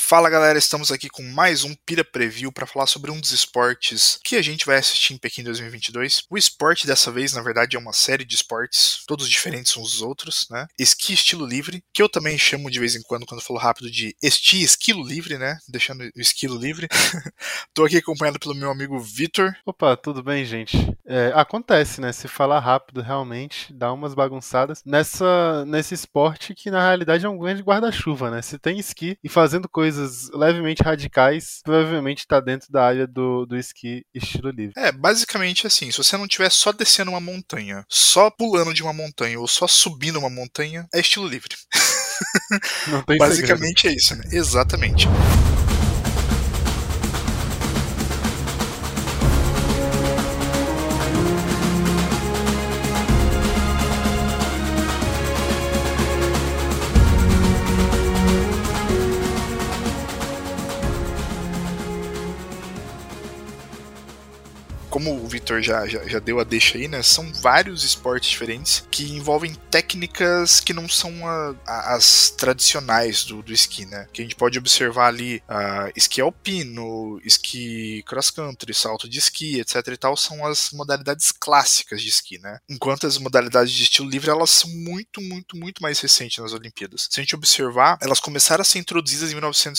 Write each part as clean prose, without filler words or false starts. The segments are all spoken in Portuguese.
Fala galera, estamos aqui com mais um Pira Preview para falar sobre um dos esportes que a gente vai assistir em Pequim 2022. O esporte dessa vez, na verdade, é uma série de esportes, todos diferentes uns dos outros, né? Esqui estilo livre, que eu também chamo de vez em quando eu falo rápido, de esquilo livre, né? Deixando o esquilo livre. Tô aqui acompanhado pelo meu amigo Vitor. Opa, tudo bem, gente? Acontece, né? Se falar rápido, realmente dá umas bagunçadas nesse esporte que na realidade é um grande guarda-chuva, né? Se tem esqui e fazendo coisas levemente radicais, provavelmente tá dentro da área do esqui estilo livre. Basicamente assim, se você não estiver só descendo uma montanha, só pulando de uma montanha ou só subindo uma montanha, é estilo livre. Não tem segredo. Basicamente é isso, né? Exatamente. Como o Victor já deu a deixa aí, né? São vários esportes diferentes que envolvem técnicas que não são as tradicionais do esqui, né? Que a gente pode observar ali esqui alpino, esqui cross-country, salto de esqui, etc e tal, são as modalidades clássicas de esqui, né? Enquanto as modalidades de estilo livre, elas são muito mais recentes nas Olimpíadas. Se a gente observar, elas começaram a ser introduzidas em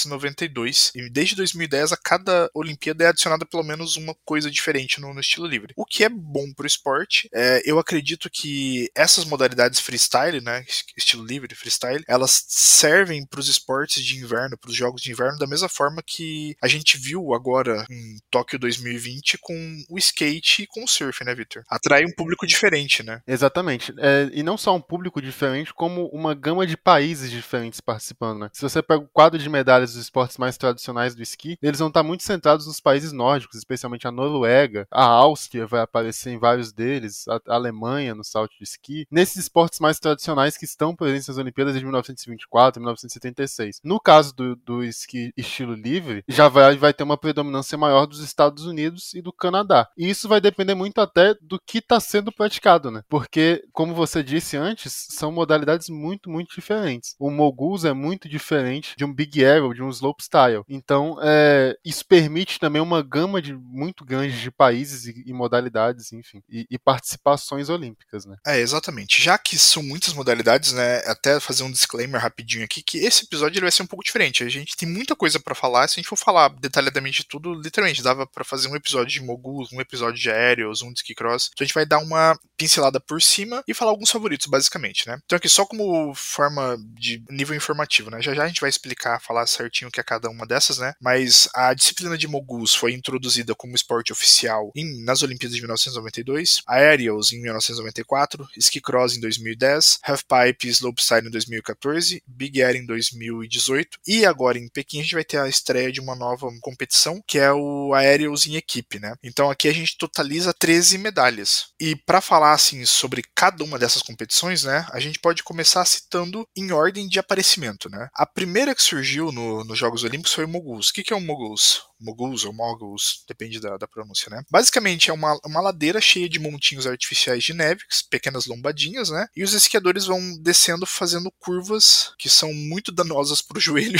1992 e desde 2010 a cada Olimpíada é adicionada pelo menos uma coisa diferente no estilo livre. O que é bom pro esporte. Eu acredito que essas modalidades freestyle, né, estilo livre, freestyle, elas servem pros esportes de inverno, pros jogos de inverno, da mesma forma que a gente viu agora em Tóquio 2020 com o skate e com o surf, né, Victor? Atrai um público diferente, né? Exatamente. E não só um público diferente, como uma gama de países diferentes participando, né? Se você pega o quadro de medalhas dos esportes mais tradicionais do esqui, eles vão estar muito centrados nos países nórdicos, especialmente a Noruega, a Áustria vai aparecer em vários deles, a Alemanha no salto de esqui, nesses esportes mais tradicionais que estão presentes nas Olimpíadas de 1924 e 1976. No caso do esqui estilo livre, já vai ter uma predominância maior dos Estados Unidos e do Canadá. E isso vai depender muito até do que está sendo praticado, né? Porque, como você disse antes, são modalidades muito diferentes. O Moguls é muito diferente de um Big Air ou de um Slopestyle. Então, isso permite também uma gama muito grande de países e modalidades, enfim, e participações olímpicas, né? Exatamente. Já que são muitas modalidades, né, até fazer um disclaimer rapidinho aqui, que esse episódio ele vai ser um pouco diferente. A gente tem muita coisa pra falar, se a gente for falar detalhadamente de tudo, literalmente, dava pra fazer um episódio de moguls, um episódio de aéreos, um de ski cross. Então a gente vai dar uma pincelada por cima e falar alguns favoritos, basicamente, né? Então aqui só como forma de nível informativo, né? Já a gente vai explicar, falar certinho o que é cada uma dessas, né? Mas a disciplina de moguls foi introduzida como esporte oficial nas Olimpíadas de 1992, Aerials em 1994, Ski Cross em 2010, Halfpipe e Slopestyle em 2014, Big Air em 2018 e agora em Pequim a gente vai ter a estreia de uma nova competição que é o Aerials em equipe, né? Então aqui a gente totaliza 13 medalhas. E para falar assim sobre cada uma dessas competições, né, a gente pode começar citando em ordem de aparecimento, né? A primeira que surgiu nos Jogos Olímpicos foi o Moguls. O que é o Moguls? Moguls ou Moguls, depende da pronúncia, né? Basicamente é uma ladeira cheia de montinhos artificiais de neve, pequenas lombadinhas, né? E os esquiadores vão descendo fazendo curvas que são muito danosas pro joelho.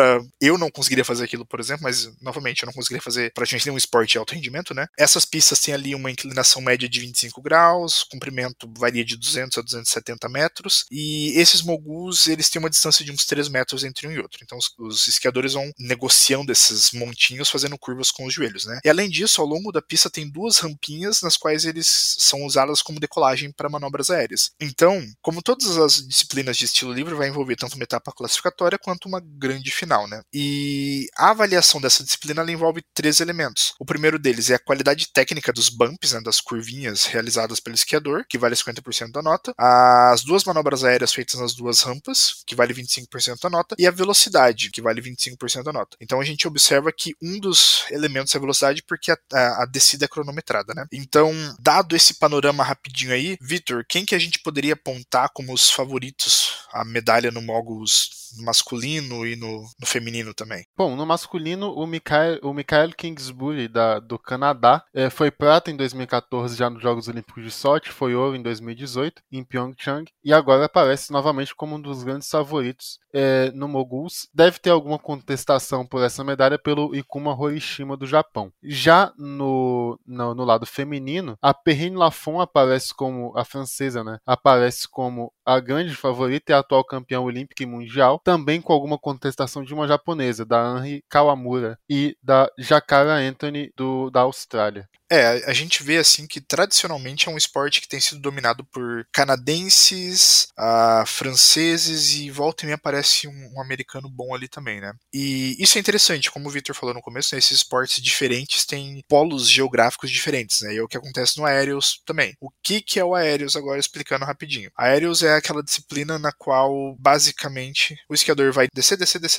Eu não conseguiria fazer aquilo, por exemplo, mas novamente eu não conseguiria fazer praticamente nenhum esporte de alto rendimento, né? Essas pistas têm ali uma inclinação média de 25 graus, comprimento varia de 200 a 270 metros, e esses moguls eles têm uma distância de uns 3 metros entre um e outro. Então os esquiadores vão negociando esses montinhos, fazendo curvas com os joelhos, né? E além disso, ao longo da pista tem duas rampinhas nas quais eles são usadas como decolagem para manobras aéreas. Então, como todas as disciplinas de estilo livre, vai envolver tanto uma etapa classificatória quanto uma grande final, né? E a avaliação dessa disciplina ela envolve 3 elementos. O primeiro deles é a qualidade técnica dos bumps, né, das curvinhas realizadas pelo esquiador, que vale 50% da nota, as duas manobras aéreas feitas nas duas rampas, que vale 25% da nota, e a velocidade, que vale 25% da nota. Então a gente observa que um dos elementos é a velocidade porque a descida é cronometrada, né? Então, dado esse panorama rapidinho aí, Vitor, quem que a gente poderia apontar como os favoritos à medalha no Moguls no masculino e no feminino também. Bom, no masculino, o Michael Kingsbury, do Canadá, foi prata em 2014 já nos Jogos Olímpicos de Sochi, foi ouro em 2018 em Pyeongchang, e agora aparece novamente como um dos grandes favoritos no Moguls. Deve ter alguma contestação por essa medalha pelo Ikuma Horishima do Japão. Já no lado feminino, a Perrine Lafont aparece como, a francesa, né? Aparece como a grande favorita e a atual campeã olímpica e mundial, também com alguma contestação de uma japonesa, da Anri Kawamura, e da Jakara Anthony da Austrália. A gente vê assim que tradicionalmente é um esporte que tem sido dominado por canadenses, franceses e volta e meia aparece um americano bom ali também, né? E isso é interessante, como o Victor falou no começo, né, esses esportes diferentes têm polos geográficos diferentes, né? E é o que acontece no aéreos também. O que é o aéreos agora explicando rapidinho? Aéreos é aquela disciplina na qual basicamente o esquiador vai descer,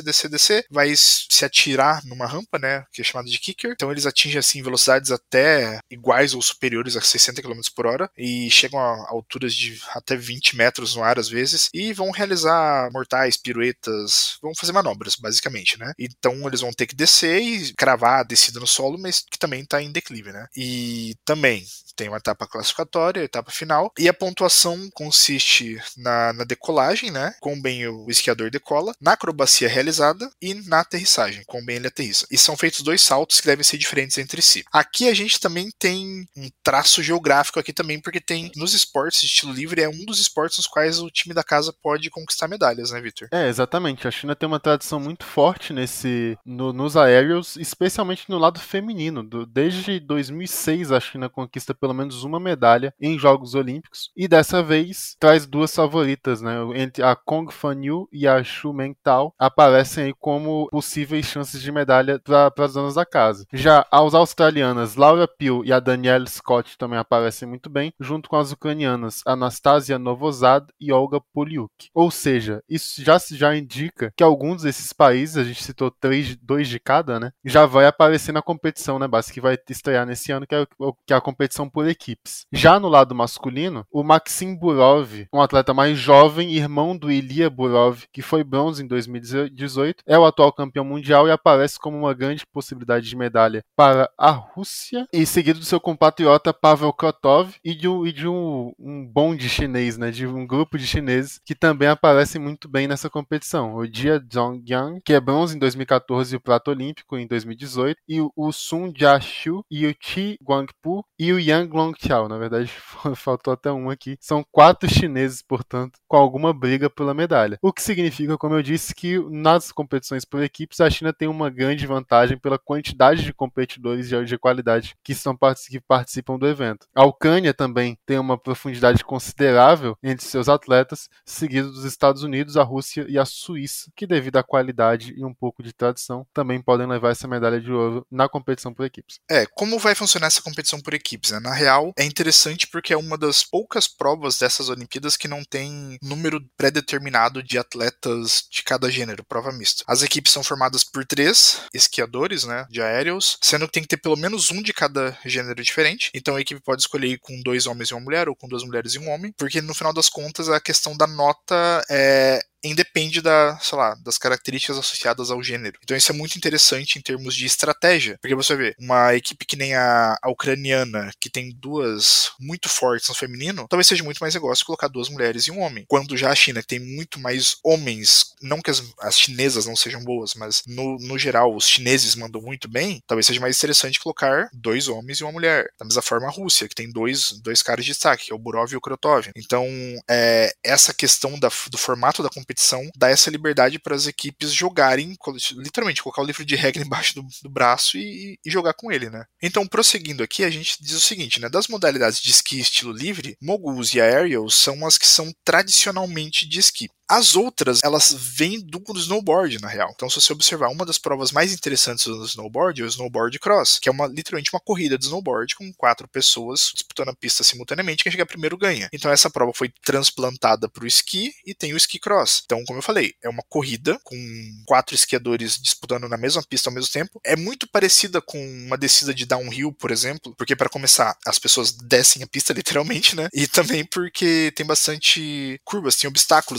vai se atirar numa rampa, né, que é chamada de kicker. Então eles atingem assim velocidades até iguais ou superiores a 60 km por hora e chegam a alturas de até 20 metros no ar às vezes e vão realizar mortais, piruetas, vão fazer manobras basicamente, né? Então eles vão ter que descer e cravar a descida no solo, mas que também está em declive, né? E também tem uma etapa classificatória, etapa final, e a pontuação consiste na decolagem, né? Quão bem o esquiador decola, na acrobacia realizada e na aterrissagem, quão bem ele aterrissa. E são feitos 2 saltos que devem ser diferentes entre si. Aqui a gente também tem um traço geográfico aqui também, porque tem nos esportes de estilo livre, é um dos esportes nos quais o time da casa pode conquistar medalhas, né, Victor? Exatamente. A China tem uma tradição muito forte nos aéreos, especialmente no lado feminino. Desde 2006 a China conquista pelo menos uma medalha em Jogos Olímpicos e dessa vez traz 2 favoritas, né? Entre a Kong Fan Yu e a Xu Mengtao aparecem aí como possíveis chances de medalha para as donas da casa. Já as australianas Laura Peel e a Danielle Scott também aparecem muito bem, junto com as ucranianas Anastasia Novozad e Olga Poliuk. Ou seja, isso já indica que alguns desses países, a gente citou 2 de cada, né? Já vai aparecer na competição, né, Bas, que vai estrear nesse ano, que é a competição por equipes. Já no lado masculino, o Maxim Burov, um atleta mais jovem, irmão do Ilya Burov, que foi bronze em 2018, é o atual campeão mundial e aparece como uma grande possibilidade de medalha para a Rússia, e seguido do seu compatriota Pavel Kotov e de um bonde chinês, né, de um grupo de chineses que também aparecem muito bem nessa competição. O Jia Zhongyan, que é bronze em 2014 e o prata olímpico em 2018, e o Sun Jiaxiu e o Chi Guangpu e o Yang Longqiao, na verdade faltou até um aqui. São 4 chineses, portanto, com alguma briga pela medalha. O que significa, como eu disse, que nas competições por equipes a China tem uma grande vantagem pela quantidade de competidores de qualidade que participam do evento. A Ucrânia também tem uma profundidade considerável entre seus atletas, seguido dos Estados Unidos, a Rússia e a Suíça, que devido à qualidade e um pouco de tradição, também podem levar essa medalha de ouro na competição por equipes. Como vai funcionar essa competição por equipes, né? Na real, é interessante porque é uma das poucas provas dessas Olimpíadas que não tem número pré-determinado de atletas de cada gênero, prova mista. As equipes são formadas por 3 esquiadores, né, de aéreos, sendo que tem que ter pelo menos um de cada gênero diferente. Então a equipe pode escolher ir com 2 homens e uma mulher, ou com 2 mulheres e um homem, porque no final das contas a questão da nota independe das características associadas ao gênero. Então isso é muito interessante em termos de estratégia, porque você vê, uma equipe que nem a ucraniana, que tem 2 muito fortes no feminino, talvez seja muito mais negócio colocar 2 mulheres e um homem. Quando já a China, que tem muito mais homens, não que as chinesas não sejam boas, mas no geral os chineses mandam muito bem, talvez seja mais interessante colocar 2 homens e uma mulher. Da mesma forma a Rússia, que tem dois caras de destaque, que é o Burov e o Krotov. Então essa questão do formato da competição dá essa liberdade para as equipes jogarem, literalmente, colocar o livro de regra embaixo do braço e jogar com ele, né? Então, prosseguindo aqui, a gente diz o seguinte, né? Das modalidades de esqui estilo livre, moguls e aerials são as que são tradicionalmente de esqui. As outras, elas vêm do snowboard, na real. Então, se você observar, uma das provas mais interessantes do snowboard é o snowboard cross, que é literalmente uma corrida de snowboard com 4 pessoas disputando a pista simultaneamente, quem chegar primeiro ganha. Então, essa prova foi transplantada para o esqui e tem o esqui cross. Então, como eu falei, é uma corrida com 4 esquiadores disputando na mesma pista ao mesmo tempo. É muito parecida com uma descida de downhill, por exemplo, porque para começar, as pessoas descem a pista literalmente, né? E também porque tem bastante curvas, tem obstáculos, a velocidade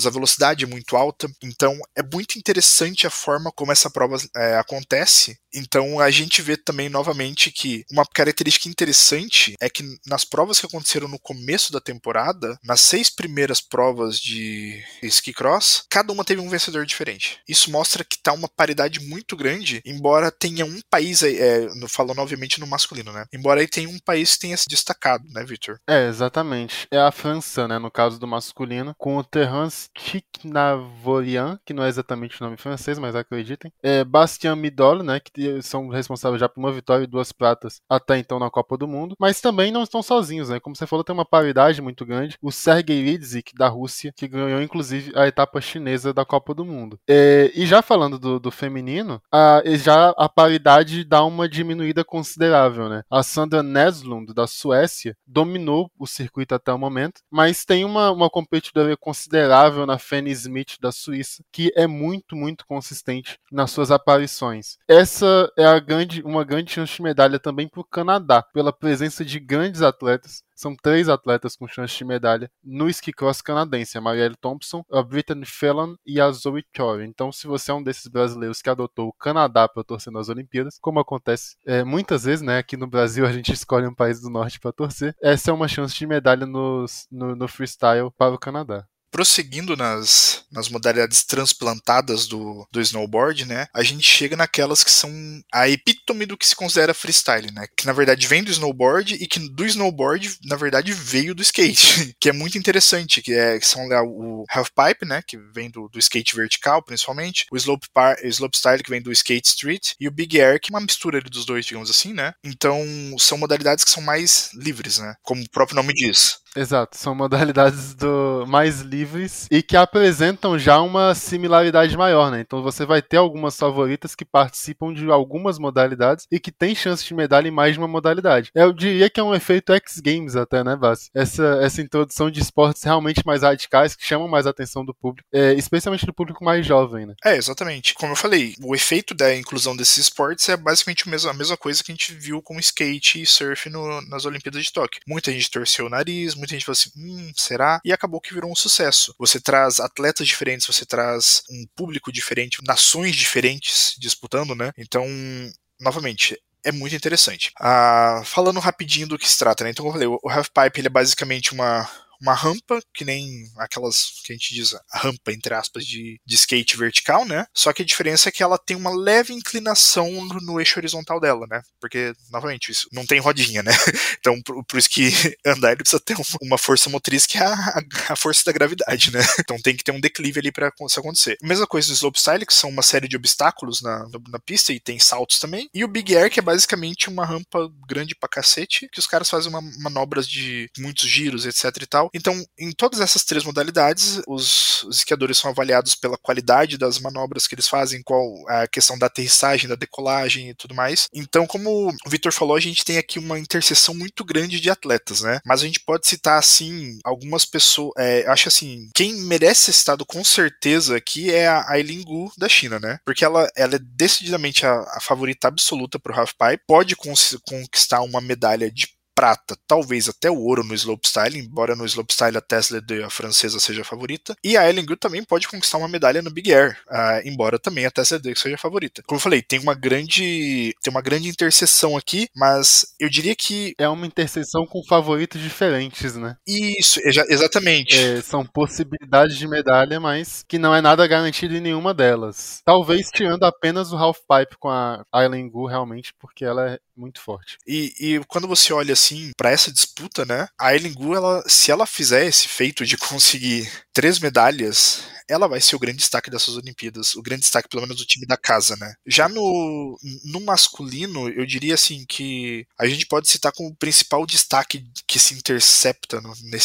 qualidade é muito alta, então é muito interessante a forma como essa prova acontece. Então a gente vê também novamente que uma característica interessante é que nas provas que aconteceram no começo da temporada, nas 6 primeiras provas de ski cross, cada uma teve um vencedor diferente. Isso mostra que tá uma paridade muito grande, embora tenha um país, falando obviamente no masculino, né? Embora aí tenha um país que tenha se destacado, né, Victor? Exatamente. É a França, né, no caso do masculino, com o Terence Tiknavorian, que não é exatamente o nome francês, mas acreditem. Bastien Midol, né, que são responsáveis já por uma vitória e 2 pratas até então na Copa do Mundo, mas também não estão sozinhos, né? Como você falou, tem uma paridade muito grande. O Sergei Lidzik, da Rússia, que ganhou inclusive a etapa chinesa da Copa do Mundo. E já falando do feminino, já a paridade dá uma diminuída considerável, né? A Sandra Neslund, da Suécia, dominou o circuito até o momento, mas tem uma competidora considerável na Fanny Smith, da Suíça, que é muito, muito consistente nas suas aparições. Essa é uma grande chance de medalha também para o Canadá, pela presença de grandes atletas. São 3 atletas com chance de medalha no ski cross canadense, a Marielle Thompson, a Brittany Phelan e a Zoe Torre. Então, se você é um desses brasileiros que adotou o Canadá para torcer nas Olimpíadas, como acontece muitas vezes, né? Aqui no Brasil a gente escolhe um país do norte para torcer. Essa é uma chance de medalha no freestyle para o Canadá. Prosseguindo nas modalidades transplantadas do snowboard, né, a gente chega naquelas que são a epítome do que se considera freestyle, né, que na verdade vem do snowboard e que do snowboard, na verdade, veio do skate, que é muito interessante, que são o halfpipe, né, que vem do skate vertical, principalmente, o slopestyle, que vem do skate street, e o big air, que é uma mistura dos dois, digamos assim, né, então são modalidades que são mais livres, né, como o próprio nome diz. Exato, são modalidades mais livres e que apresentam já uma similaridade maior, né? Então você vai ter algumas favoritas que participam de algumas modalidades e que têm chance de medalha em mais de uma modalidade. Eu diria que é um efeito X Games até, né, Bassi? Essa introdução de esportes realmente mais radicais que chamam mais a atenção do público, especialmente do público mais jovem, né? Exatamente. Como eu falei, o efeito da inclusão desses esportes é basicamente a mesma coisa que a gente viu com skate e surf nas Olimpíadas de Tóquio. Muita gente torceu o nariz, muita gente falou assim, será? E acabou que virou um sucesso. Você traz atletas diferentes, você traz um público diferente, nações diferentes disputando, né? Então, novamente, é muito interessante. Falando rapidinho do que se trata, né? Então, como eu falei, o halfpipe ele é basicamente uma rampa, que nem aquelas que a gente diz, a rampa, entre aspas, de skate vertical, né? Só que a diferença é que ela tem uma leve inclinação no eixo horizontal dela, né? Porque, novamente, isso não tem rodinha, né? Então, pro esqui andar, ele precisa ter uma força motriz que é a força da gravidade, né? Então tem que ter um declive ali pra isso acontecer. Mesma coisa do slopestyle, que são uma série de obstáculos na pista e tem saltos também. E o big air, que é basicamente uma rampa grande pra cacete, que os caras fazem manobras de muitos giros, etc e tal. Então, em todas essas 3 modalidades, os esquiadores são avaliados pela qualidade das manobras que eles fazem, qual a questão da aterrissagem, da decolagem e tudo mais. Então, como o Victor falou, a gente tem aqui uma interseção muito grande de atletas, né? Mas a gente pode citar, assim, algumas pessoas... acho assim, quem merece ser citado com certeza aqui é a Eileen Gu, da China, né? Porque ela é decididamente a favorita absoluta pro halfpipe, pode conquistar uma medalha de prata, talvez até o ouro no slopestyle, embora no slopestyle a Tesla, a francesa, seja a favorita. E a Ellen Gu também pode conquistar uma medalha no Big Air, embora também a Tesla seja a favorita. Como eu falei, tem uma grande interseção aqui, mas eu diria que... É uma interseção com favoritos diferentes, né? Isso, exatamente. São possibilidades de medalha, mas que não é nada garantido em nenhuma delas. Talvez tirando apenas o halfpipe com a Eileen Gu, realmente, porque ela é muito forte. E quando você olha assim para essa disputa, né? A Eileen Gu, se ela fizer esse feito de conseguir 3 medalhas, ela vai ser o grande destaque dessas Olimpíadas, o grande destaque pelo menos do time da casa, né? Já no masculino, eu diria assim que a gente pode citar como principal destaque que se intercepta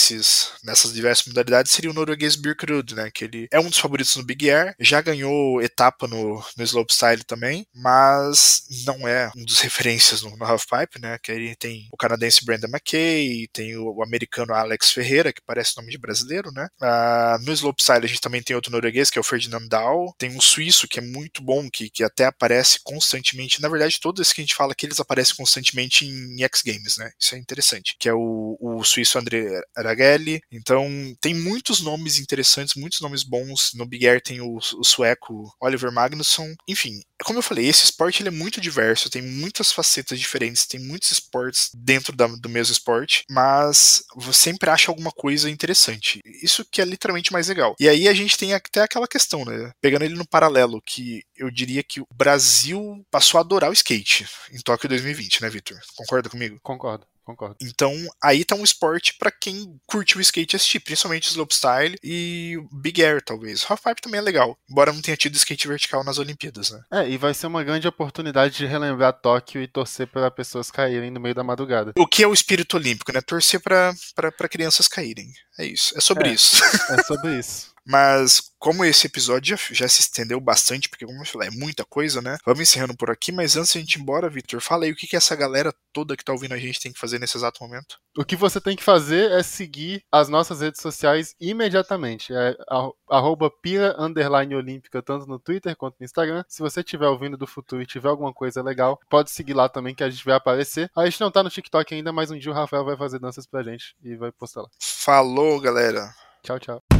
nessas diversas modalidades seria o norueguês Birkerud, né? Que ele é um dos favoritos no Big Air, já ganhou etapa no slopestyle também, mas não é um dos referências no halfpipe, né? Que aí tem o canadense canadense Brandon McKay, tem o americano Alex Ferreira, que parece nome de brasileiro, né? No slopestyle a gente também tem outro norueguês, que é o Ferdinand Dahl, tem um suíço que é muito bom, que até aparece constantemente, na verdade todos esses que a gente fala que eles aparecem constantemente em X Games, né? Isso é interessante, que é o suíço André Ragelli. Então tem muitos nomes interessantes, muitos nomes bons. No Big Air tem o sueco Oliver Magnusson. Enfim, como eu falei, esse esporte ele é muito diverso, tem muitas facetas diferentes, tem muitos esportes dentro do mesmo esporte, mas você sempre acha alguma coisa interessante. Isso que é literalmente mais legal. E aí a gente tem até aquela questão, né? Pegando ele no paralelo, que eu diria que o Brasil passou a adorar o skate em Tóquio 2020, né, Victor? Concorda comigo? Concordo. Então, aí tá um esporte pra quem curte o skate assistir, principalmente o slopestyle e o Big Air, talvez. O halfpipe também é legal, embora não tenha tido skate vertical nas Olimpíadas, né? E vai ser uma grande oportunidade de relembrar Tóquio e torcer para pessoas caírem no meio da madrugada. O que é o espírito olímpico, né? Torcer pra crianças caírem. É isso, é sobre isso. É sobre isso. Mas como esse episódio já se estendeu bastante, porque como eu falei, é muita coisa, né? Vamos encerrando por aqui, mas antes de a gente ir embora, Victor, fala aí o que essa galera toda que tá ouvindo a gente tem que fazer nesse exato momento. O que você tem que fazer é seguir as nossas redes sociais imediatamente. É @pira_olímpica, tanto no Twitter quanto no Instagram. Se você estiver ouvindo do futuro e tiver alguma coisa legal, pode seguir lá também que a gente vai aparecer. A gente não tá no TikTok ainda, mas um dia o Rafael vai fazer danças pra gente e vai postar lá. Falou, galera! Tchau, tchau.